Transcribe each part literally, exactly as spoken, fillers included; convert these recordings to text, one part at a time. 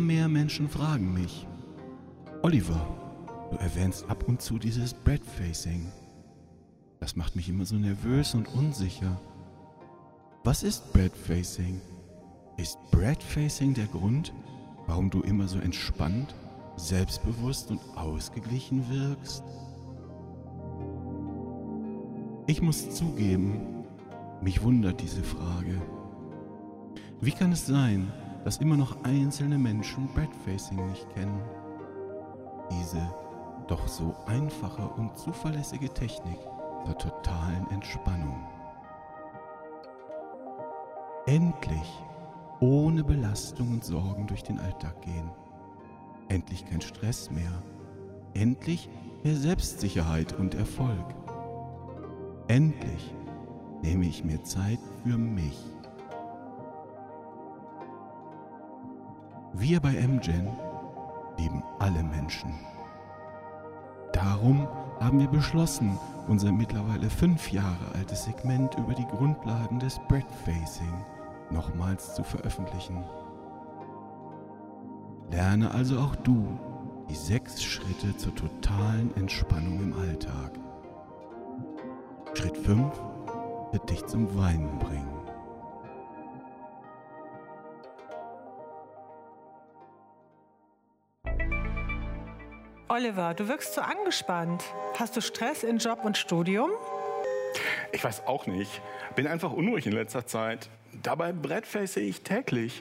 mehr Menschen fragen mich: Oliver, du erwähnst ab und zu dieses Breadfacing. Das macht mich immer so nervös und unsicher. Was ist Breadfacing? Ist Breadfacing der Grund, warum du immer so entspannt, selbstbewusst und ausgeglichen wirkst? Ich muss zugeben, mich wundert diese Frage. Wie kann es sein, dass immer noch einzelne Menschen Breadfacing nicht kennen? Diese doch so einfache und zuverlässige Technik zur totalen Entspannung. Endlich ohne Belastung und Sorgen durch den Alltag gehen. Endlich kein Stress mehr. Endlich mehr Selbstsicherheit und Erfolg. Endlich nehme ich mir Zeit für mich. Wir bei MGen lieben alle Menschen. Darum haben wir beschlossen, unser mittlerweile fünf Jahre altes Segment über die Grundlagen des Breadfacing nochmals zu veröffentlichen. Lerne also auch du die sechs Schritte zur totalen Entspannung im Alltag. Schritt fünf wird dich zum Weinen bringen. Oliver, du wirkst so angespannt. Hast du Stress in Job und Studium? Ich weiß auch nicht. Bin einfach unruhig in letzter Zeit. Dabei breadface ich täglich.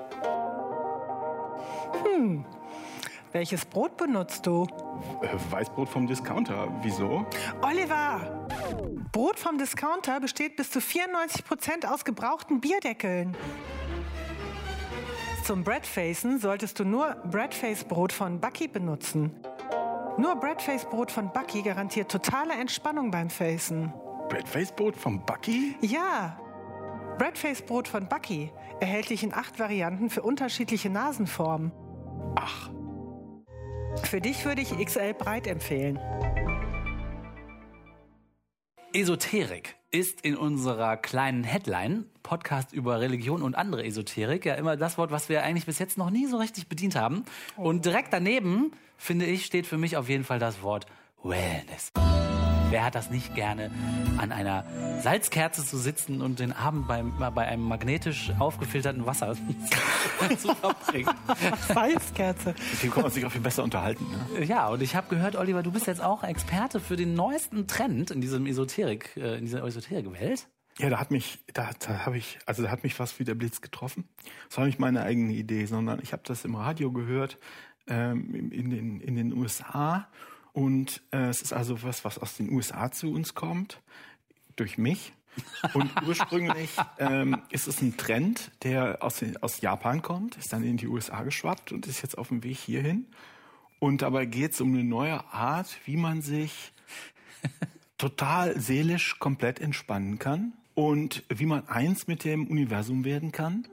Hm. Welches Brot benutzt du? Äh, Weißbrot vom Discounter. Wieso? Oliver! Brot vom Discounter besteht bis zu vierundneunzig Prozent aus gebrauchten Bierdeckeln. Zum Breadfacen solltest du nur Breadface-Brot von Bucky benutzen. Nur Breadface-Brot von Bucky garantiert totale Entspannung beim Facen. Breadface-Brot vom Bucky? Ja! Breadface-Brot von Bucky erhältlich in acht Varianten für unterschiedliche Nasenformen. Ach. Für dich würde ich X L breit empfehlen. Esoterik ist in unserer kleinen Headline, Podcast über Religion und andere Esoterik, ja immer das Wort, was wir eigentlich bis jetzt noch nie so richtig bedient haben. Und direkt daneben, finde ich, steht für mich auf jeden Fall das Wort Wellness. Wer hat das nicht gerne, an einer Salzkerze zu sitzen und den Abend beim, bei einem magnetisch aufgefilterten Wasser zu verbringen? Salzkerze. Mit dem kann man sich auch viel besser unterhalten. Ne? Ja, und ich habe gehört, Oliver, du bist jetzt auch Experte für den neuesten Trend in diesem Esoterik, in dieser Esoterik-Welt. Ja, da hat mich, da, da habe ich, also da hat mich fast wie der Blitz getroffen. Das war nicht meine eigene Idee, sondern ich habe das im Radio gehört, ähm, in den, in den U S A. Und äh, es ist also was, was aus den U S A zu uns kommt, durch mich. Und ursprünglich ähm, ist es ein Trend, der aus, aus Japan kommt, ist dann in die U S A geschwappt und ist jetzt auf dem Weg hierhin. Und dabei geht es um eine neue Art, wie man sich total seelisch komplett entspannen kann und wie man eins mit dem Universum werden kann.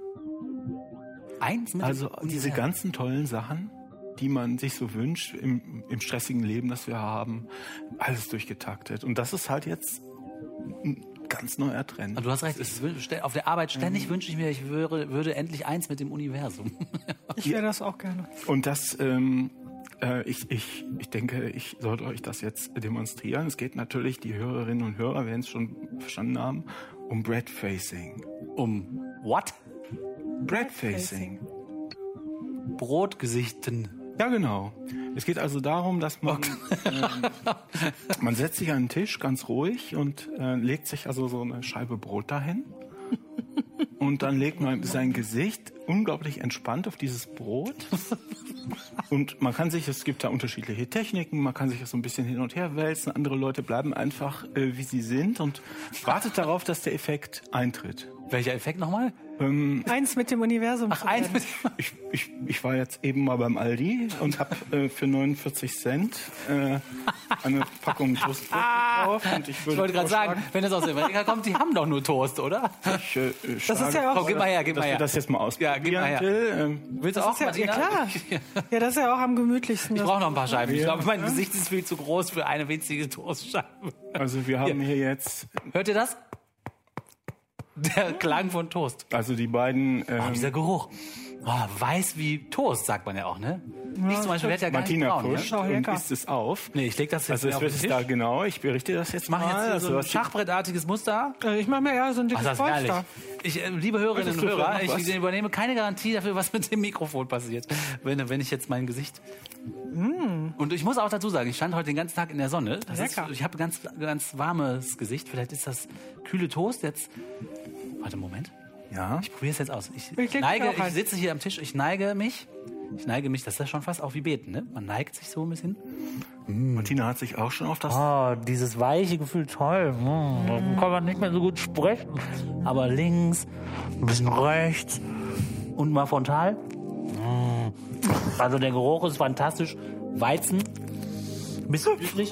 Eins mit also dem diese Universum. ganzen tollen Sachen, die man sich so wünscht im, im stressigen Leben, das wir haben, alles durchgetaktet. Und das ist halt jetzt ein ganz neuer Trend. Du hast recht, ich will, auf der Arbeit ständig mhm. wünsche ich mir, ich würde, würde endlich eins mit dem Universum. Ich wäre das auch gerne. Und das, ähm, äh, ich, ich, ich denke, ich sollte euch das jetzt demonstrieren. Es geht natürlich, die Hörerinnen und Hörer werden es schon verstanden haben, um Breadfacing. Um what? Breadfacing. Brotgesichten. Ja, genau. Es geht also darum, dass man, okay. äh, man setzt sich an den Tisch ganz ruhig und äh, legt sich also so eine Scheibe Brot dahin. Und dann legt man sein Gesicht unglaublich entspannt auf dieses Brot. Und man kann sich, es gibt da unterschiedliche Techniken, man kann sich das so ein bisschen hin und her wälzen. Andere Leute bleiben einfach, äh, wie sie sind und wartet darauf, dass der Effekt eintritt. Welcher Effekt nochmal? Ähm, eins mit dem Universum. Ach, eins mit ich, ich, ich war jetzt eben mal beim Aldi und habe äh, für neunundvierzig Cent äh, eine Packung Toastbrot gekauft. Und ich, ich wollte gerade sagen, wenn das aus Amerika kommt, die haben doch nur Toast, oder? Ich, äh, das ist ja auch... Oh, gib mal her, gib mal her. Dass wir das jetzt mal ausprobieren. Ja, gib mal her. Will. Ähm, Willst du das auch, ja, Martina? Ja, klar. Ja, das ist ja auch am gemütlichsten. Ich brauche noch ein paar Scheiben. Ich Ja. glaube, mein ja. Gesicht ist viel zu groß für eine winzige Toastscheibe. Also wir haben hier jetzt... Hört ihr das? Der Klang von Toast. Also die beiden... Ähm, oh, dieser Geruch. Oh, weiß wie Toast, sagt man ja auch, ne? Ich zum Beispiel werde ja gar Martina nicht braun, pusht ne? und isst es auf. Nee, ich leg das jetzt Also auf es wird den es Tisch. da genau, ich berichte das jetzt Mach mal. jetzt hier also so ein was- schachbrettartiges Muster. Äh, Ich mache mir eher so ein Ach, dickes das ist herrlich. Polster. Ich, äh, liebe Hörerinnen und Möchtest du Hörer, vielleicht noch ich was? übernehme keine Garantie dafür, was mit dem Mikrofon passiert, wenn, wenn ich jetzt mein Gesicht... Und ich muss auch dazu sagen, ich stand heute den ganzen Tag in der Sonne. Das ist, Lecker. ich habe ganz, ganz warmes Gesicht. Vielleicht ist das kühle Toast jetzt... Warte, Moment. Ja. Ich probiere es jetzt aus. Ich, Ich leg mich neige, auch ich ein. sitze hier am Tisch, ich neige mich. Ich neige mich, das ist ja schon fast auch wie Beten, ne? Man neigt sich so ein bisschen. Martina hat sich auch schon auf das... Oh, dieses weiche Gefühl, toll. Mm, da kann man nicht mehr so gut sprechen. Aber links, ein bisschen rechts und mal frontal. Mm. Also der Geruch ist fantastisch. Weizen, ein bisschen süßlich,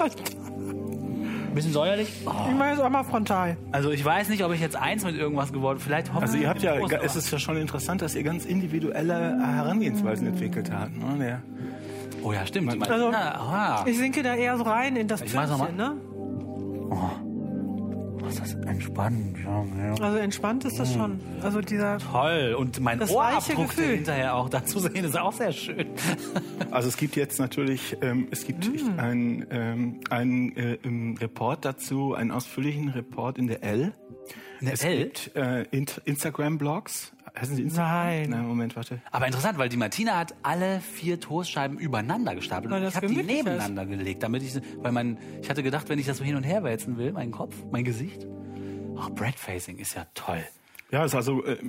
ein bisschen säuerlich. Oh. Ich mache jetzt auch mal frontal. Also ich weiß nicht, ob ich jetzt eins mit irgendwas geworden bin. Vielleicht hoffe Also ihr habt ja, Prost, es ist ja schon interessant, dass ihr ganz individuelle Herangehensweisen entwickelt habt. Ne? Der, Oh ja, stimmt. Die Also, Martina, aha. Ich sinke da eher so rein in das Ich mach's noch Pflänzchen, ne? Was ist das entspannend. Ja, ja. Also entspannt ist das schon. Also dieser... Toll. Und mein Das Ohrabdruck, weiche Gefühl. der hinterher auch dazu sehen, ist auch sehr schön. also es gibt jetzt natürlich, ähm, es gibt Mm. einen ähm, einen äh, im Report dazu, einen ausführlichen Report in der L. In der Es L? gibt äh, Int- Instagram-Blogs. Heißen sie Instagram? Nein. Nein, Moment, warte. Aber interessant, weil die Martina hat alle vier Toastscheiben übereinander gestapelt. Weil Und das ich habe die gemütlich ist. nebeneinander gelegt, damit ich, weil mein, ich hatte gedacht, wenn ich das so hin und her wälzen will, meinen Kopf, mein Gesicht. Oh, Breadfacing ist ja toll. Ja, es also äh,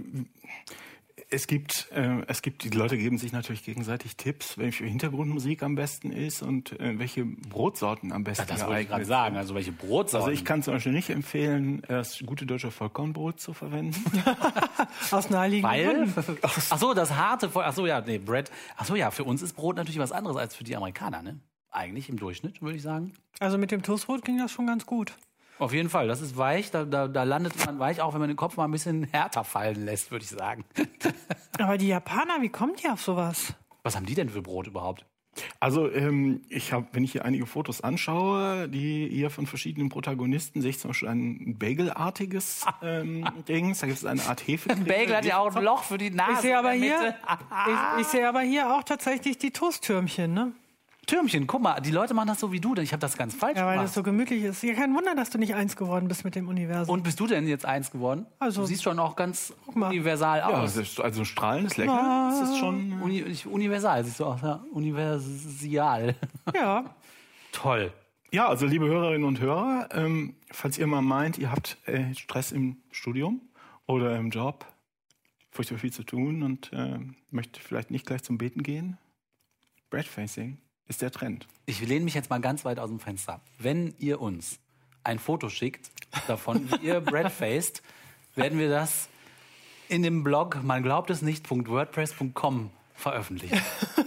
es gibt äh, es gibt die Leute geben sich natürlich gegenseitig Tipps, welche Hintergrundmusik am besten ist und äh, welche Brotsorten am besten Das wollte ich geeignet gerade sagen. Also welche Brotsorten. Also ich kann zum Beispiel nicht empfehlen, das gute deutsche Vollkornbrot zu verwenden. Aus naheliegenden Weil? Gründen. Ach so, das harte Voll. Ach so, ja, nee, Bread. Ach so, ja, für uns ist Brot natürlich was anderes als für die Amerikaner, ne? Eigentlich im Durchschnitt, würde ich sagen. Also mit dem Toastbrot ging das schon ganz gut. Auf jeden Fall, das ist weich, da, da, da landet man weich, auch wenn man den Kopf mal ein bisschen härter fallen lässt, würde ich sagen. Aber die Japaner, wie kommen die auf sowas? Was haben die denn für Brot überhaupt? Also ähm, ich habe, wenn ich hier einige Fotos anschaue, die ihr von verschiedenen Protagonisten, sehe ich zum Beispiel ein Bagelartiges ähm, Dings. Da gibt es eine Art Hefe. Ein Bagel hat ja auch ein Loch für die Nase. Ich sehe aber in der hier, Mitte. ich, ich sehe aber hier auch tatsächlich die Toasttürmchen, ne? Türmchen, guck mal, die Leute machen das so wie du, denn ich habe das ganz falsch Ja, weil gemacht. das so gemütlich ist. Ja, kein Wunder, dass du nicht eins geworden bist mit dem Universum. Und bist du denn jetzt eins geworden? Also- du siehst schon auch ganz mal. universal Ja, aus. das ist also ein strahlendes Lächeln. Das ist schon. Uni, nicht universal siehst du aus, ja. Universal. Ja, Toll. Ja, also liebe Hörerinnen und Hörer, ähm, falls ihr mal meint, ihr habt äh, Stress im Studium oder im Job, furchtbar viel zu tun und äh, möchtet vielleicht nicht gleich zum Beten gehen, Breadfacing ist der Trend. Ich lehne mich jetzt mal ganz weit aus dem Fenster. Wenn ihr uns ein Foto schickt davon, wie ihr breadfaced, werden wir das in dem Blog man glaubt es nicht .wordpress punkt com veröffentlichen.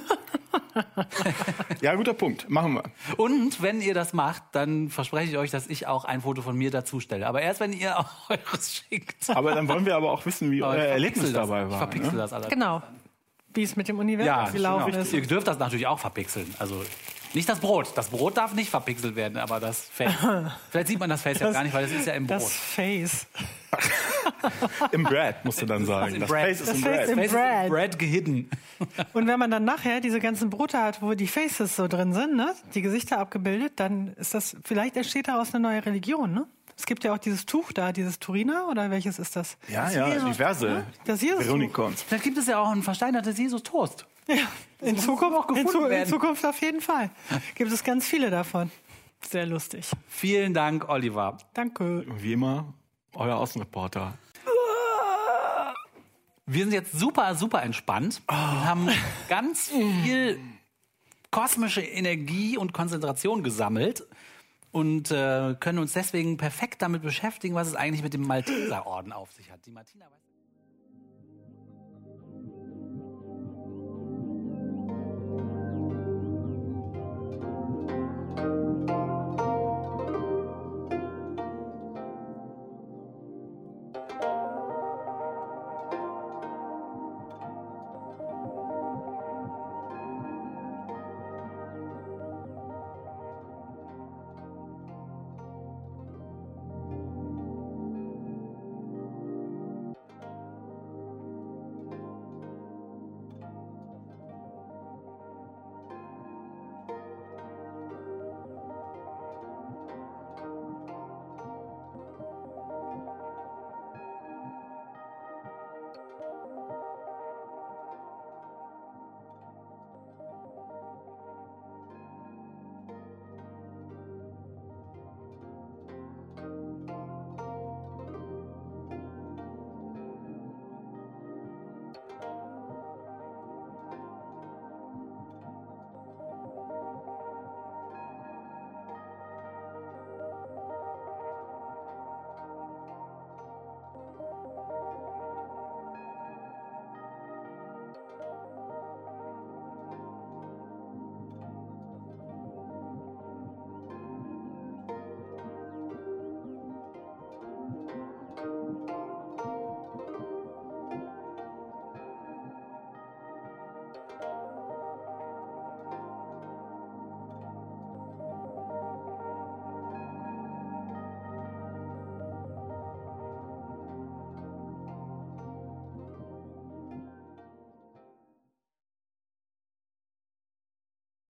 Ja, guter Punkt. Machen wir. Und wenn ihr das macht, dann verspreche ich euch, dass ich auch ein Foto von mir dazu stelle. Aber erst, wenn ihr auch eures schickt. Aber dann wollen wir aber auch wissen, wie Aber euer ich Erlebnis verpixel das. dabei Ich war. verpixel Ne? das alles. genau. Wie es mit dem Universum Ja, gelaufen genau. ist. Ihr dürft das natürlich auch verpixeln. Also nicht das Brot. Das Brot darf nicht verpixelt werden, aber das Face. Vielleicht sieht man das Face ja Das- gar nicht, weil das ist ja im Das Brot. Face. Im Bread, musst du dann sagen. im Das Bread. Face ist Das im Face Bread. im Face ist Bread. im Bread gehidden. Und wenn man dann nachher diese ganzen Brote hat, wo die Faces so drin sind, ne? Die Gesichter abgebildet, dann ist das, vielleicht entsteht daraus eine neue Religion, ne? Es gibt ja auch dieses Tuch da, dieses Turiner, oder welches ist das? Ja, ja, diverse. Das Jesus. Veronikons. Vielleicht gibt es ja auch ein versteinertes Jesus-Toast. Ja, in muss Zukunft, auch gefunden in, Zu in werden. Zukunft auf jeden Fall. Gibt es ganz viele davon. Sehr lustig. Vielen Dank, Oliver. Danke. Wie immer, euer Außenreporter. Wir sind jetzt super, super entspannt und haben ganz viel kosmische Energie und Konzentration gesammelt und äh, können uns deswegen perfekt damit beschäftigen, was es eigentlich mit dem Malteserorden auf sich hat. Die Martina weiß